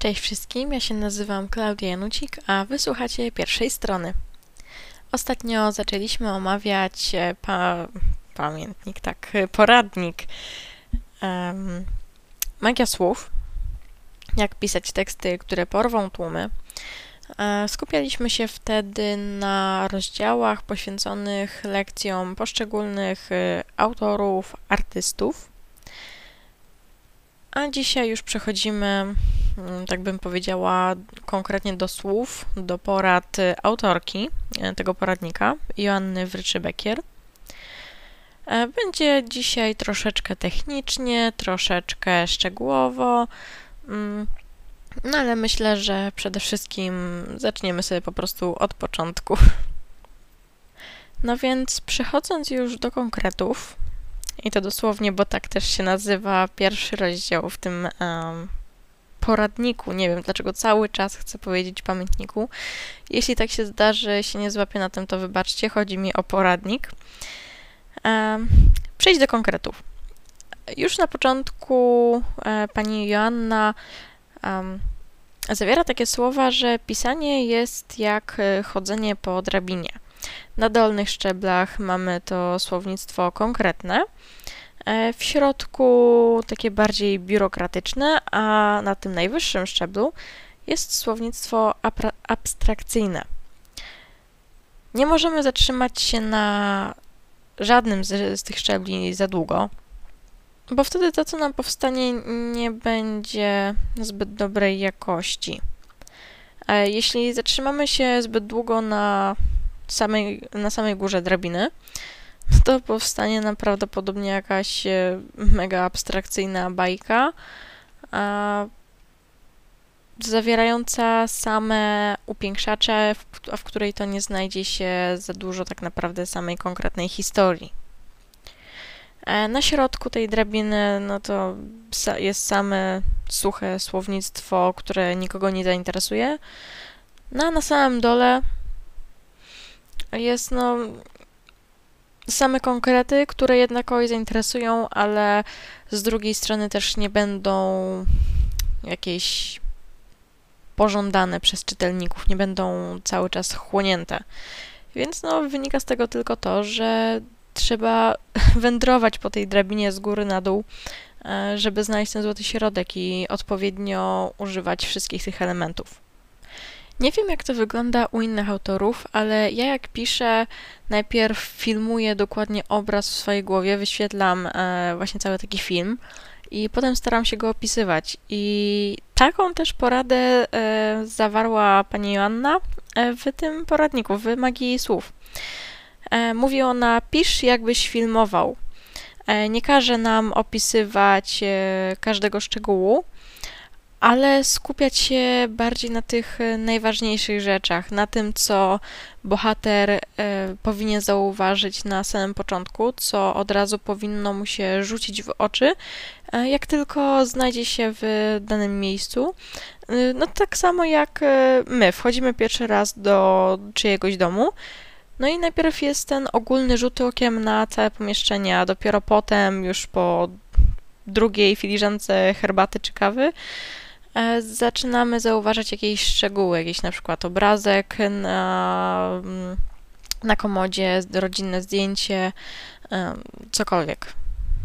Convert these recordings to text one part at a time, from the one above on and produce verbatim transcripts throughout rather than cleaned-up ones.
Cześć wszystkim, ja się nazywam Klaudia Janucik, a wysłuchacie pierwszej strony. Ostatnio zaczęliśmy omawiać pa pamiętnik, tak, poradnik um, Magia słów, jak pisać teksty, które porwą tłumy. E, skupialiśmy się wtedy na rozdziałach poświęconych lekcjom poszczególnych e, autorów, artystów. A dzisiaj już przechodzimy, tak bym powiedziała, konkretnie do słów, do porad autorki tego poradnika, Joanny Wryczy-Bekier. Będzie dzisiaj troszeczkę technicznie, troszeczkę szczegółowo, no ale myślę, że przede wszystkim zaczniemy sobie po prostu od początku. No więc przechodząc już do konkretów, i to dosłownie, bo tak też się nazywa pierwszy rozdział w tym um, poradniku. Nie wiem, dlaczego cały czas chcę powiedzieć pamiętniku. Jeśli tak się zdarzy, się nie złapię na tym, to wybaczcie. Chodzi mi o poradnik. Um, przejdź do konkretów. Już na początku e, pani Joanna um, zawiera takie słowa, że pisanie jest jak chodzenie po drabinie. Na dolnych szczeblach mamy to słownictwo konkretne, w środku takie bardziej biurokratyczne, a na tym najwyższym szczeblu jest słownictwo abstrakcyjne. Nie możemy zatrzymać się na żadnym z, z tych szczebli za długo, bo wtedy to, co nam powstanie, nie będzie zbyt dobrej jakości. Jeśli zatrzymamy się zbyt długo na samej, na samej górze drabiny, to powstanie nam prawdopodobnie jakaś mega abstrakcyjna bajka, a, zawierająca same upiększacze, w, a w której to nie znajdzie się za dużo tak naprawdę samej konkretnej historii. E, na środku tej drabiny no to jest same suche słownictwo, które nikogo nie zainteresuje, no a na samym dole jest no same konkrety, które jednak kogoś zainteresują, ale z drugiej strony też nie będą jakieś pożądane przez czytelników, nie będą cały czas chłonięte. Więc no, wynika z tego tylko to, że trzeba wędrować po tej drabinie z góry na dół, żeby znaleźć ten złoty środek i odpowiednio używać wszystkich tych elementów. Nie wiem, jak to wygląda u innych autorów, ale ja jak piszę, najpierw filmuję dokładnie obraz w swojej głowie, wyświetlam e, właśnie cały taki film i potem staram się go opisywać. I taką też poradę e, zawarła pani Joanna e, w tym poradniku, w Magii słów. E, mówi ona, pisz jakbyś filmował. E, nie każe nam opisywać e, każdego szczegółu, ale skupiać się bardziej na tych najważniejszych rzeczach, na tym, co bohater e, powinien zauważyć na samym początku, co od razu powinno mu się rzucić w oczy, e, jak tylko znajdzie się w danym miejscu. E, no tak samo jak my, wchodzimy pierwszy raz do czyjegoś domu, no i najpierw jest ten ogólny rzut okiem na całe pomieszczenie, a dopiero potem, już po drugiej filiżance herbaty czy kawy, zaczynamy zauważać jakieś szczegóły, jakiś na przykład obrazek na, na komodzie, rodzinne zdjęcie, cokolwiek.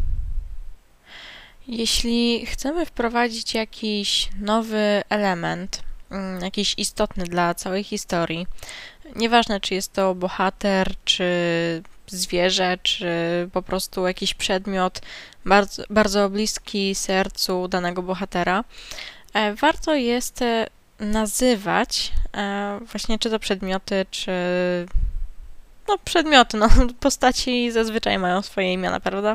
Jeśli chcemy wprowadzić jakiś nowy element, jakiś istotny dla całej historii, nieważne czy jest to bohater, czy zwierzę, czy po prostu jakiś przedmiot bardzo, bardzo bliski sercu danego bohatera, warto jest nazywać właśnie czy to przedmioty, czy no przedmioty, no postaci zazwyczaj mają swoje imiona, prawda?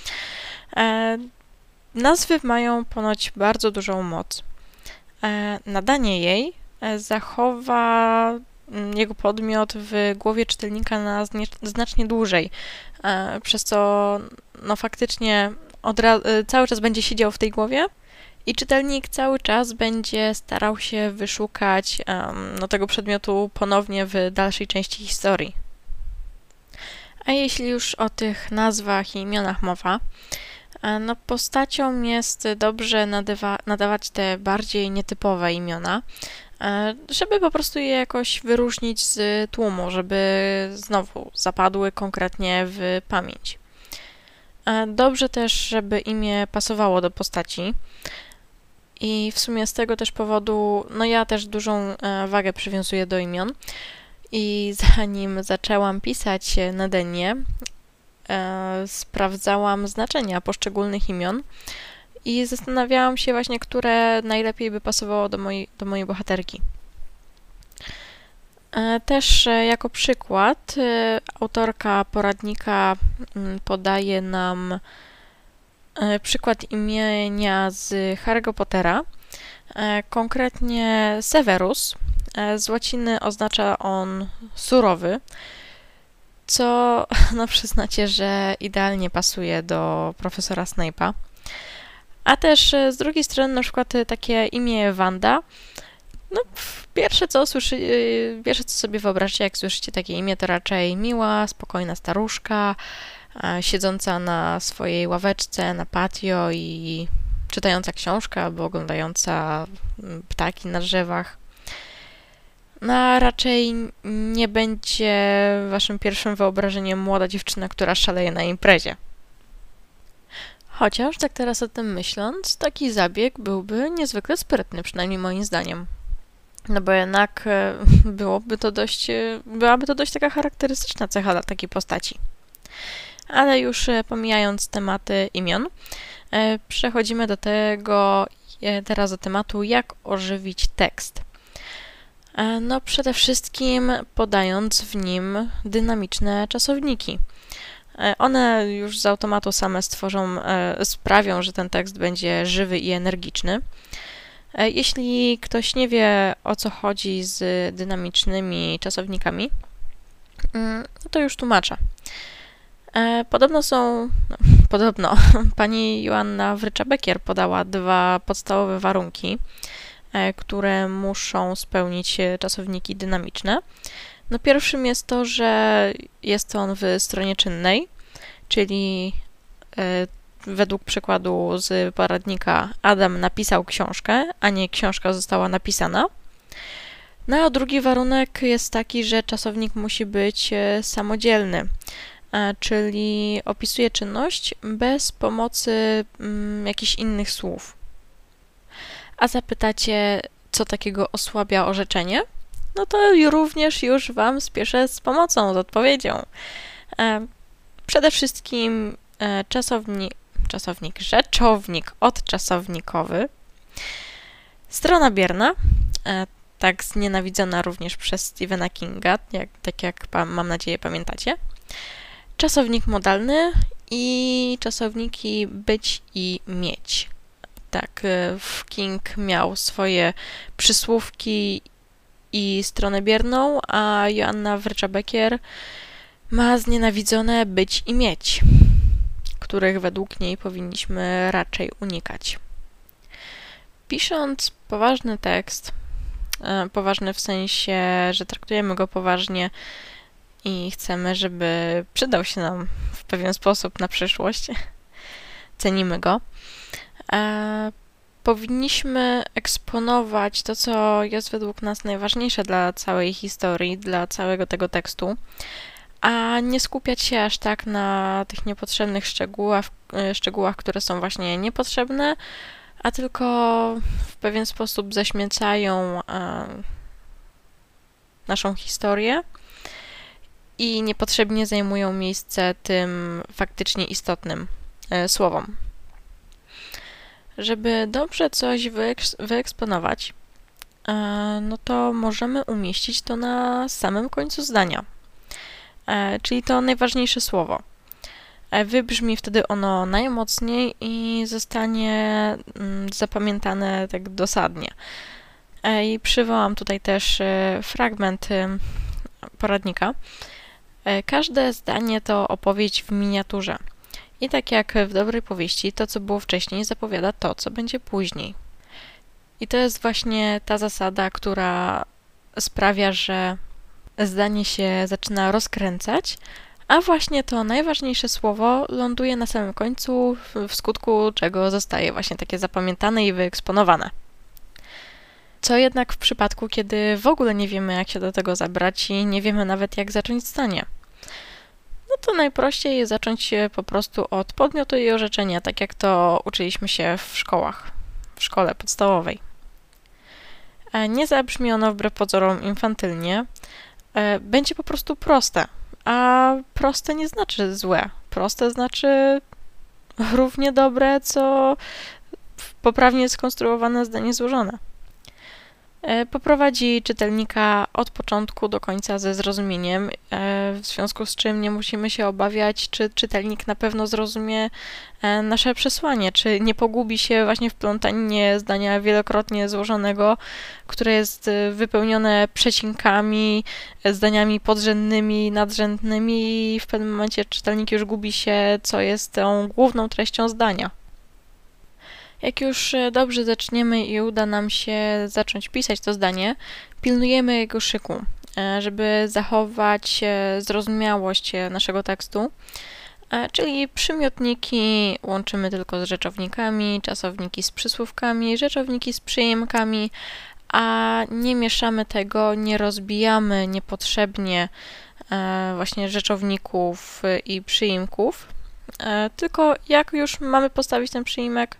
Nazwy mają ponoć bardzo dużą moc. Nadanie jej zachowa jego podmiot w głowie czytelnika na znacznie dłużej, przez co no faktycznie cały czas będzie siedział w tej głowie i czytelnik cały czas będzie starał się wyszukać um, no, tego przedmiotu ponownie w dalszej części historii. A jeśli już o tych nazwach i imionach mowa, No, postacią jest dobrze nadawa nadawać te bardziej nietypowe imiona, żeby po prostu je jakoś wyróżnić z tłumu, żeby znowu zapadły konkretnie w pamięć. Dobrze też, żeby imię pasowało do postaci i w sumie z tego też powodu, no ja też dużą wagę przywiązuję do imion i zanim zaczęłam pisać na Denie, sprawdzałam znaczenia poszczególnych imion i zastanawiałam się właśnie, które najlepiej by pasowało do mojej, do mojej bohaterki. Też jako przykład autorka poradnika podaje nam przykład imienia z Harry'ego Pottera, konkretnie Severus. Z łaciny oznacza on surowy, co no przyznacie, że idealnie pasuje do profesora Snape'a. A też z drugiej strony na przykład takie imię Wanda, no pierwsze co usłyszy, pierwsze co sobie wyobraźcie, jak słyszycie takie imię, to raczej miła, spokojna staruszka, siedząca na swojej ławeczce na patio i czytająca książkę albo oglądająca ptaki na drzewach. No a raczej nie będzie waszym pierwszym wyobrażeniem młoda dziewczyna, która szaleje na imprezie. Chociaż, tak teraz o tym myśląc, taki zabieg byłby niezwykle sprytny, przynajmniej moim zdaniem. No bo jednak byłoby to dość, byłaby to dość taka charakterystyczna cecha dla takiej postaci. Ale już pomijając tematy imion, przechodzimy do tego, teraz do tematu, jak ożywić tekst. No przede wszystkim podając w nim dynamiczne czasowniki. One już z automatu same stworzą, sprawią, że ten tekst będzie żywy i energiczny. Jeśli ktoś nie wie, o co chodzi z dynamicznymi czasownikami, to już tłumaczę. Podobno są, no, podobno pani Joanna Wrycza-Bekier podała dwa podstawowe warunki, które muszą spełnić czasowniki dynamiczne. No pierwszym jest to, że jest on w stronie czynnej, czyli według przykładu z poradnika Adam napisał książkę, a nie książka została napisana. No a drugi warunek jest taki, że czasownik musi być samodzielny, czyli opisuje czynność bez pomocy mm, jakichś innych słów. A zapytacie, co takiego osłabia orzeczenie? No to również już Wam spieszę z pomocą, z odpowiedzią. Przede wszystkim czasownik, czasownik, rzeczownik odczasownikowy, strona bierna, tak znienawidzona również przez Stephena Kinga, jak, tak jak mam nadzieję pamiętacie, czasownik modalny i czasowniki być i mieć. Tak, King miał swoje przysłówki i stronę bierną, a Joanna Wrycza-Bekier ma znienawidzone być i mieć, których według niej powinniśmy raczej unikać. Pisząc poważny tekst, poważny w sensie, że traktujemy go poważnie i chcemy, żeby przydał się nam w pewien sposób na przyszłość, cenimy go, powinniśmy eksponować to, co jest według nas najważniejsze dla całej historii, dla całego tego tekstu, a nie skupiać się aż tak na tych niepotrzebnych szczegółach, szczegółach, które są właśnie niepotrzebne, a tylko w pewien sposób zaśmiecają naszą historię i niepotrzebnie zajmują miejsce tym faktycznie istotnym słowom. Żeby dobrze coś wyeksponować, no to możemy umieścić to na samym końcu zdania, czyli to najważniejsze słowo. Wybrzmi wtedy ono najmocniej i zostanie zapamiętane tak dosadnie. I przywołam tutaj też fragment poradnika. Każde zdanie to opowieść w miniaturze. I tak jak w dobrej powieści, to, co było wcześniej, zapowiada to, co będzie później. I to jest właśnie ta zasada, która sprawia, że zdanie się zaczyna rozkręcać, A właśnie to najważniejsze słowo ląduje na samym końcu, w skutku czego zostaje właśnie takie zapamiętane i wyeksponowane. Co jednak w przypadku, kiedy w ogóle nie wiemy, jak się do tego zabrać i nie wiemy nawet, jak zacząć zdanie? No to najprościej jest zacząć po prostu od podmiotu i orzeczenia, tak jak to uczyliśmy się w szkołach, w szkole podstawowej. Nie zabrzmi ono wbrew pozorom infantylnie, będzie po prostu proste, a proste nie znaczy złe. Proste znaczy równie dobre, co poprawnie skonstruowane zdanie złożone. Poprowadzi czytelnika od początku do końca ze zrozumieniem, w związku z czym nie musimy się obawiać, czy czytelnik na pewno zrozumie nasze przesłanie, czy nie pogubi się właśnie w plątaninie zdania wielokrotnie złożonego, które jest wypełnione przecinkami, zdaniami podrzędnymi, nadrzędnymi i w pewnym momencie czytelnik już gubi się, co jest tą główną treścią zdania. Jak już dobrze zaczniemy i uda nam się zacząć pisać to zdanie, pilnujemy jego szyku, żeby zachować zrozumiałość naszego tekstu, czyli przymiotniki łączymy tylko z rzeczownikami, czasowniki z przysłówkami, rzeczowniki z przyimkami, a nie mieszamy tego, nie rozbijamy niepotrzebnie właśnie rzeczowników i przyimków, tylko jak już mamy postawić ten przyimek,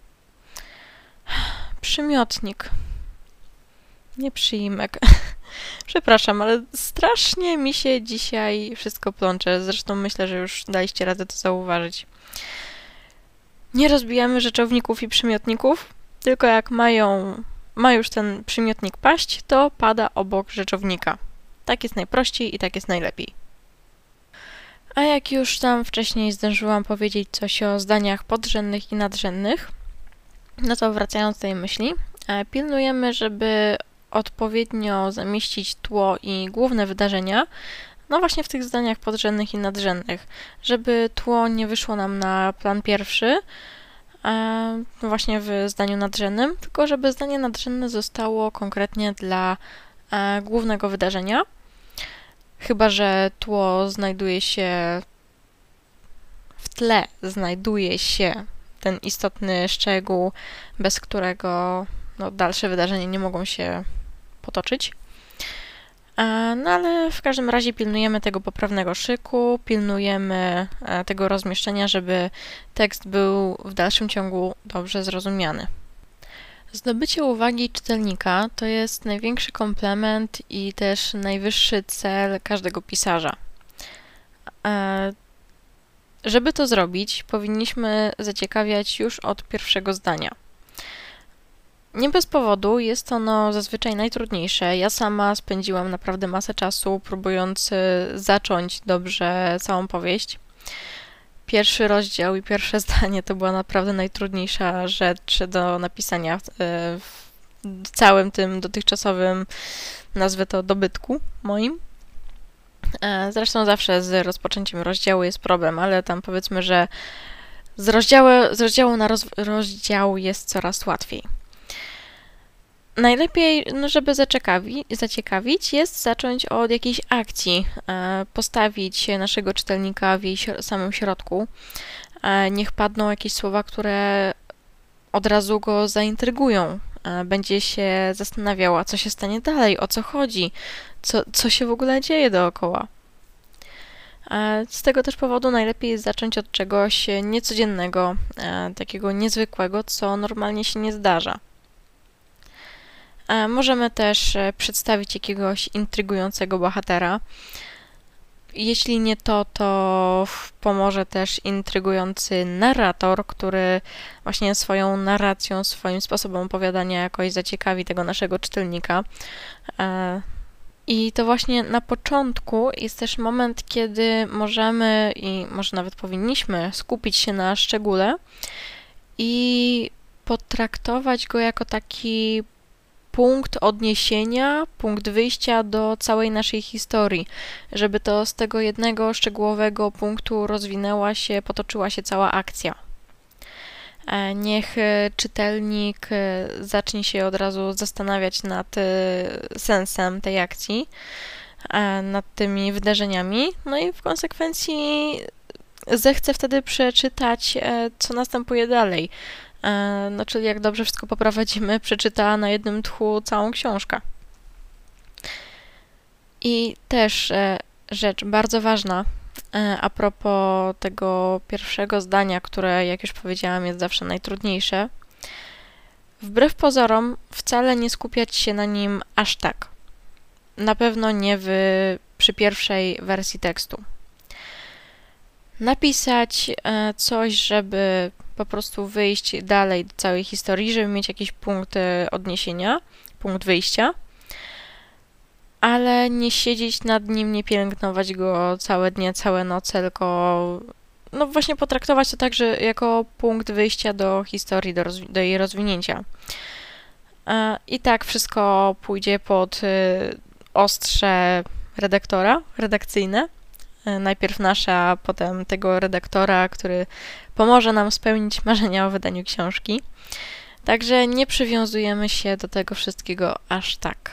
przymiotnik, nie przyimek. Przepraszam, ale strasznie mi się dzisiaj wszystko plącze. Zresztą myślę, że już daliście radę to zauważyć. Nie rozbijamy rzeczowników i przymiotników, tylko jak mają, ma już ten przymiotnik paść, to pada obok rzeczownika. Tak jest najprościej i tak jest najlepiej. A jak już tam wcześniej zdążyłam powiedzieć coś o zdaniach podrzędnych i nadrzędnych, no to wracając do tej myśli, pilnujemy, żeby odpowiednio zamieścić tło i główne wydarzenia, no właśnie w tych zdaniach podrzędnych i nadrzędnych, żeby tło nie wyszło nam na plan pierwszy, no właśnie w zdaniu nadrzędnym, tylko żeby zdanie nadrzędne zostało konkretnie dla głównego wydarzenia, chyba że tło znajduje się w tle, znajduje się ten istotny szczegół, bez którego no, dalsze wydarzenia nie mogą się potoczyć. No ale w każdym razie pilnujemy tego poprawnego szyku, pilnujemy tego rozmieszczenia, żeby tekst był w dalszym ciągu dobrze zrozumiany. Zdobycie uwagi czytelnika to jest największy komplement i też najwyższy cel każdego pisarza. Żeby to zrobić, powinniśmy zaciekawiać już od pierwszego zdania. Nie bez powodu jest ono zazwyczaj najtrudniejsze. Ja sama spędziłam naprawdę masę czasu, próbując zacząć dobrze całą powieść. Pierwszy rozdział i pierwsze zdanie to była naprawdę najtrudniejsza rzecz do napisania w całym tym dotychczasowym, nazwę to, dobytku moim. Zresztą zawsze z rozpoczęciem rozdziału jest problem, ale tam powiedzmy, że z rozdziału, z rozdziału na roz, rozdział jest coraz łatwiej. Najlepiej, no żeby zaciekawi, zaciekawić, jest zacząć od jakiejś akcji, postawić naszego czytelnika w jej samym środku. Niech padną jakieś słowa, które od razu go zaintrygują. Będzie się zastanawiała, co się stanie dalej, o co chodzi, co, co się w ogóle dzieje dookoła. Z tego też powodu najlepiej jest zacząć od czegoś niecodziennego, takiego niezwykłego, co normalnie się nie zdarza. Możemy też przedstawić jakiegoś intrygującego bohatera. Jeśli nie to, to pomoże też intrygujący narrator, który właśnie swoją narracją, swoim sposobem opowiadania jakoś zaciekawi tego naszego czytelnika. I to właśnie na początku jest też moment, kiedy możemy i może nawet powinniśmy skupić się na szczególe i potraktować go jako taki punkt odniesienia, punkt wyjścia do całej naszej historii, żeby to z tego jednego szczegółowego punktu rozwinęła się, potoczyła się cała akcja. Niech czytelnik zacznie się od razu zastanawiać nad sensem tej akcji, nad tymi wydarzeniami, no i w konsekwencji zechce wtedy przeczytać, co następuje dalej. No, czyli jak dobrze wszystko poprowadzimy, przeczyta na jednym tchu całą książkę. I też rzecz bardzo ważna a propos tego pierwszego zdania, które, jak już powiedziałam, jest zawsze najtrudniejsze. Wbrew pozorom wcale nie skupiać się na nim aż tak. Na pewno nie w, przy pierwszej wersji tekstu. Napisać coś, żeby po prostu wyjść dalej do całej historii, żeby mieć jakiś punkt odniesienia, punkt wyjścia, ale nie siedzieć nad nim, nie pielęgnować go całe dnie, całe noce, tylko no właśnie potraktować to także jako punkt wyjścia do historii, do, do jej rozwinięcia. I tak wszystko pójdzie pod ostrze redaktora, redakcyjne. Najpierw nasze, a potem tego redaktora, który pomoże nam spełnić marzenia o wydaniu książki. Także nie przywiązujemy się do tego wszystkiego aż tak.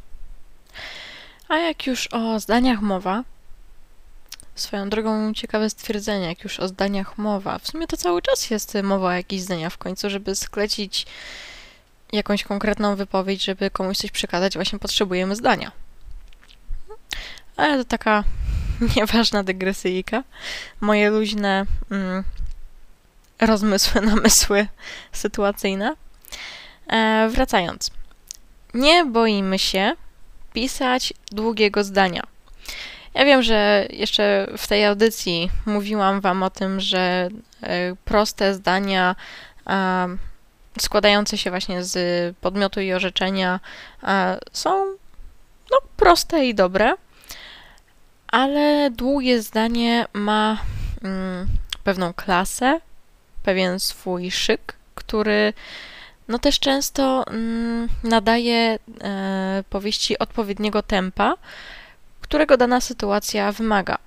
A jak już o zdaniach mowa, swoją drogą ciekawe stwierdzenie, jak już o zdaniach mowa, w sumie to cały czas jest mowa o jakichś zdaniach w końcu, żeby sklecić jakąś konkretną wypowiedź, żeby komuś coś przekazać, właśnie potrzebujemy zdania. Ale to taka nieważna dygresyjka. Moje luźne mm, rozmysły, namysły sytuacyjne. E, wracając. Nie boimy się pisać długiego zdania. Ja wiem, że jeszcze w tej audycji mówiłam wam o tym, że e, proste zdania e, składające się właśnie z podmiotu i orzeczenia e, są no, proste i dobre. Ale długie zdanie ma mm, pewną klasę, pewien swój szyk, który no też często mm, nadaje e, powieści odpowiedniego tempa, którego dana sytuacja wymaga.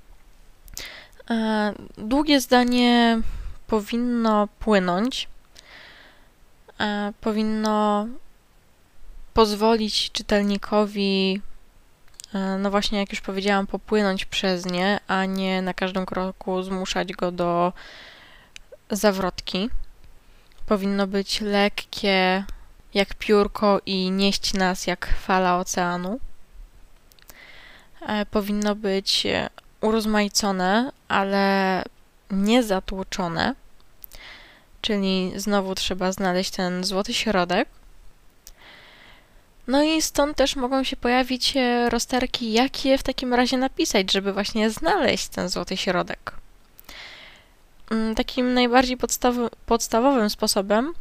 E, długie zdanie powinno płynąć, e, powinno pozwolić czytelnikowi no właśnie, jak już powiedziałam, popłynąć przez nie, a nie na każdym kroku zmuszać go do zawrotki. Powinno być lekkie jak piórko i nieść nas jak fala oceanu. Powinno być urozmaicone, ale nie zatłoczone, czyli znowu trzeba znaleźć ten złoty środek. No i stąd też mogą się pojawić rozterki, jak je w takim razie napisać, żeby właśnie znaleźć ten złoty środek. Takim najbardziej podstaw- podstawowym sposobem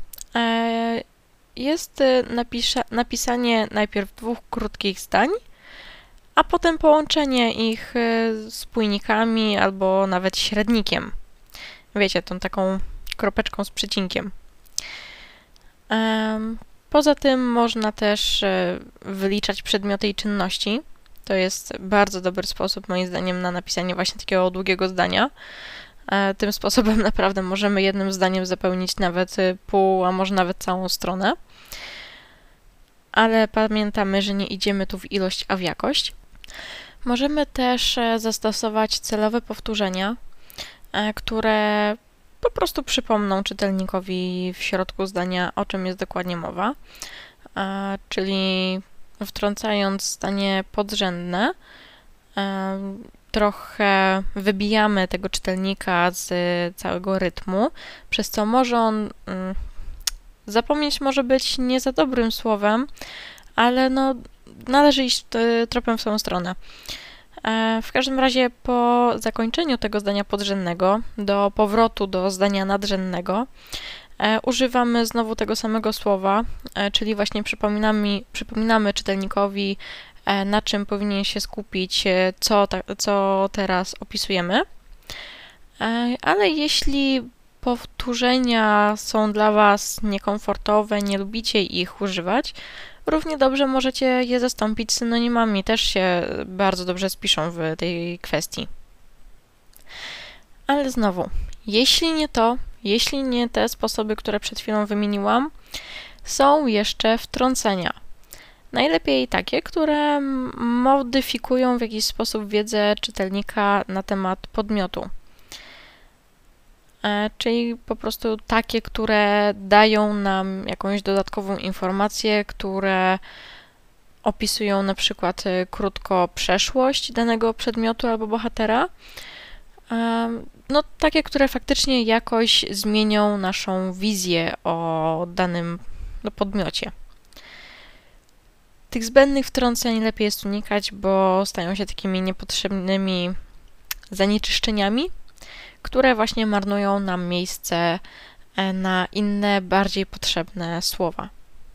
jest napisza- napisanie najpierw dwóch krótkich zdań, a potem połączenie ich spójnikami albo nawet średnikiem. Wiecie, tą taką kropeczką z przecinkiem. Poza tym można też wyliczać przedmioty i czynności. To jest bardzo dobry sposób, moim zdaniem, na napisanie właśnie takiego długiego zdania. Tym sposobem naprawdę możemy jednym zdaniem zapełnić nawet pół, a może nawet całą stronę. Ale pamiętamy, że nie idziemy tu w ilość, a w jakość. Możemy też zastosować celowe powtórzenia, które po prostu przypomną czytelnikowi w środku zdania, o czym jest dokładnie mowa, czyli wtrącając zdanie podrzędne, trochę wybijamy tego czytelnika z całego rytmu, przez co może on zapomnieć może być nie za dobrym słowem, ale no należy iść tropem w swoją stronę. W każdym razie po zakończeniu tego zdania podrzędnego, do powrotu do zdania nadrzędnego, używamy znowu tego samego słowa, czyli właśnie przypominamy, przypominamy czytelnikowi, na czym powinien się skupić, co, ta, co teraz opisujemy. Ale jeśli powtórzenia są dla Was niekomfortowe, nie lubicie ich używać, równie dobrze możecie je zastąpić synonimami, też się bardzo dobrze spiszą w tej kwestii. Ale znowu, jeśli nie to, jeśli nie te sposoby, które przed chwilą wymieniłam, są jeszcze wtrącenia. Najlepiej takie, które modyfikują w jakiś sposób wiedzę czytelnika na temat podmiotu. Czyli po prostu takie, które dają nam jakąś dodatkową informację, które opisują na przykład krótko przeszłość danego przedmiotu albo bohatera. No, takie, które faktycznie jakoś zmienią naszą wizję o danym no, podmiocie. Tych zbędnych wtrąceń lepiej jest unikać, bo stają się takimi niepotrzebnymi zanieczyszczeniami, które właśnie marnują nam miejsce na inne, bardziej potrzebne słowa.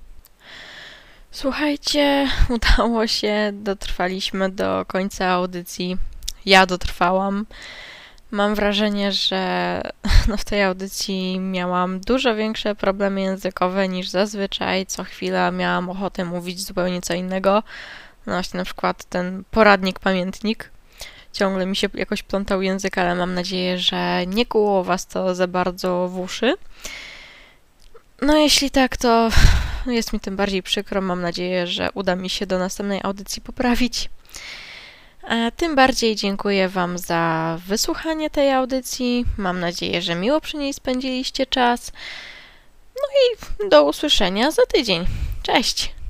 Słuchajcie, udało się, dotrwaliśmy do końca audycji. Ja dotrwałam. Mam wrażenie, że no w tej audycji miałam dużo większe problemy językowe niż zazwyczaj. Co chwila miałam ochotę mówić zupełnie co innego. No właśnie na przykład ten poradnik, pamiętnik. Ciągle mi się jakoś plątał język, ale mam nadzieję, że nie kuło was to za bardzo w uszy. No jeśli tak, to jest mi tym bardziej przykro. Mam nadzieję, że uda mi się do następnej audycji poprawić. A tym bardziej dziękuję wam za wysłuchanie tej audycji. Mam nadzieję, że miło przy niej spędziliście czas. No i do usłyszenia za tydzień. Cześć!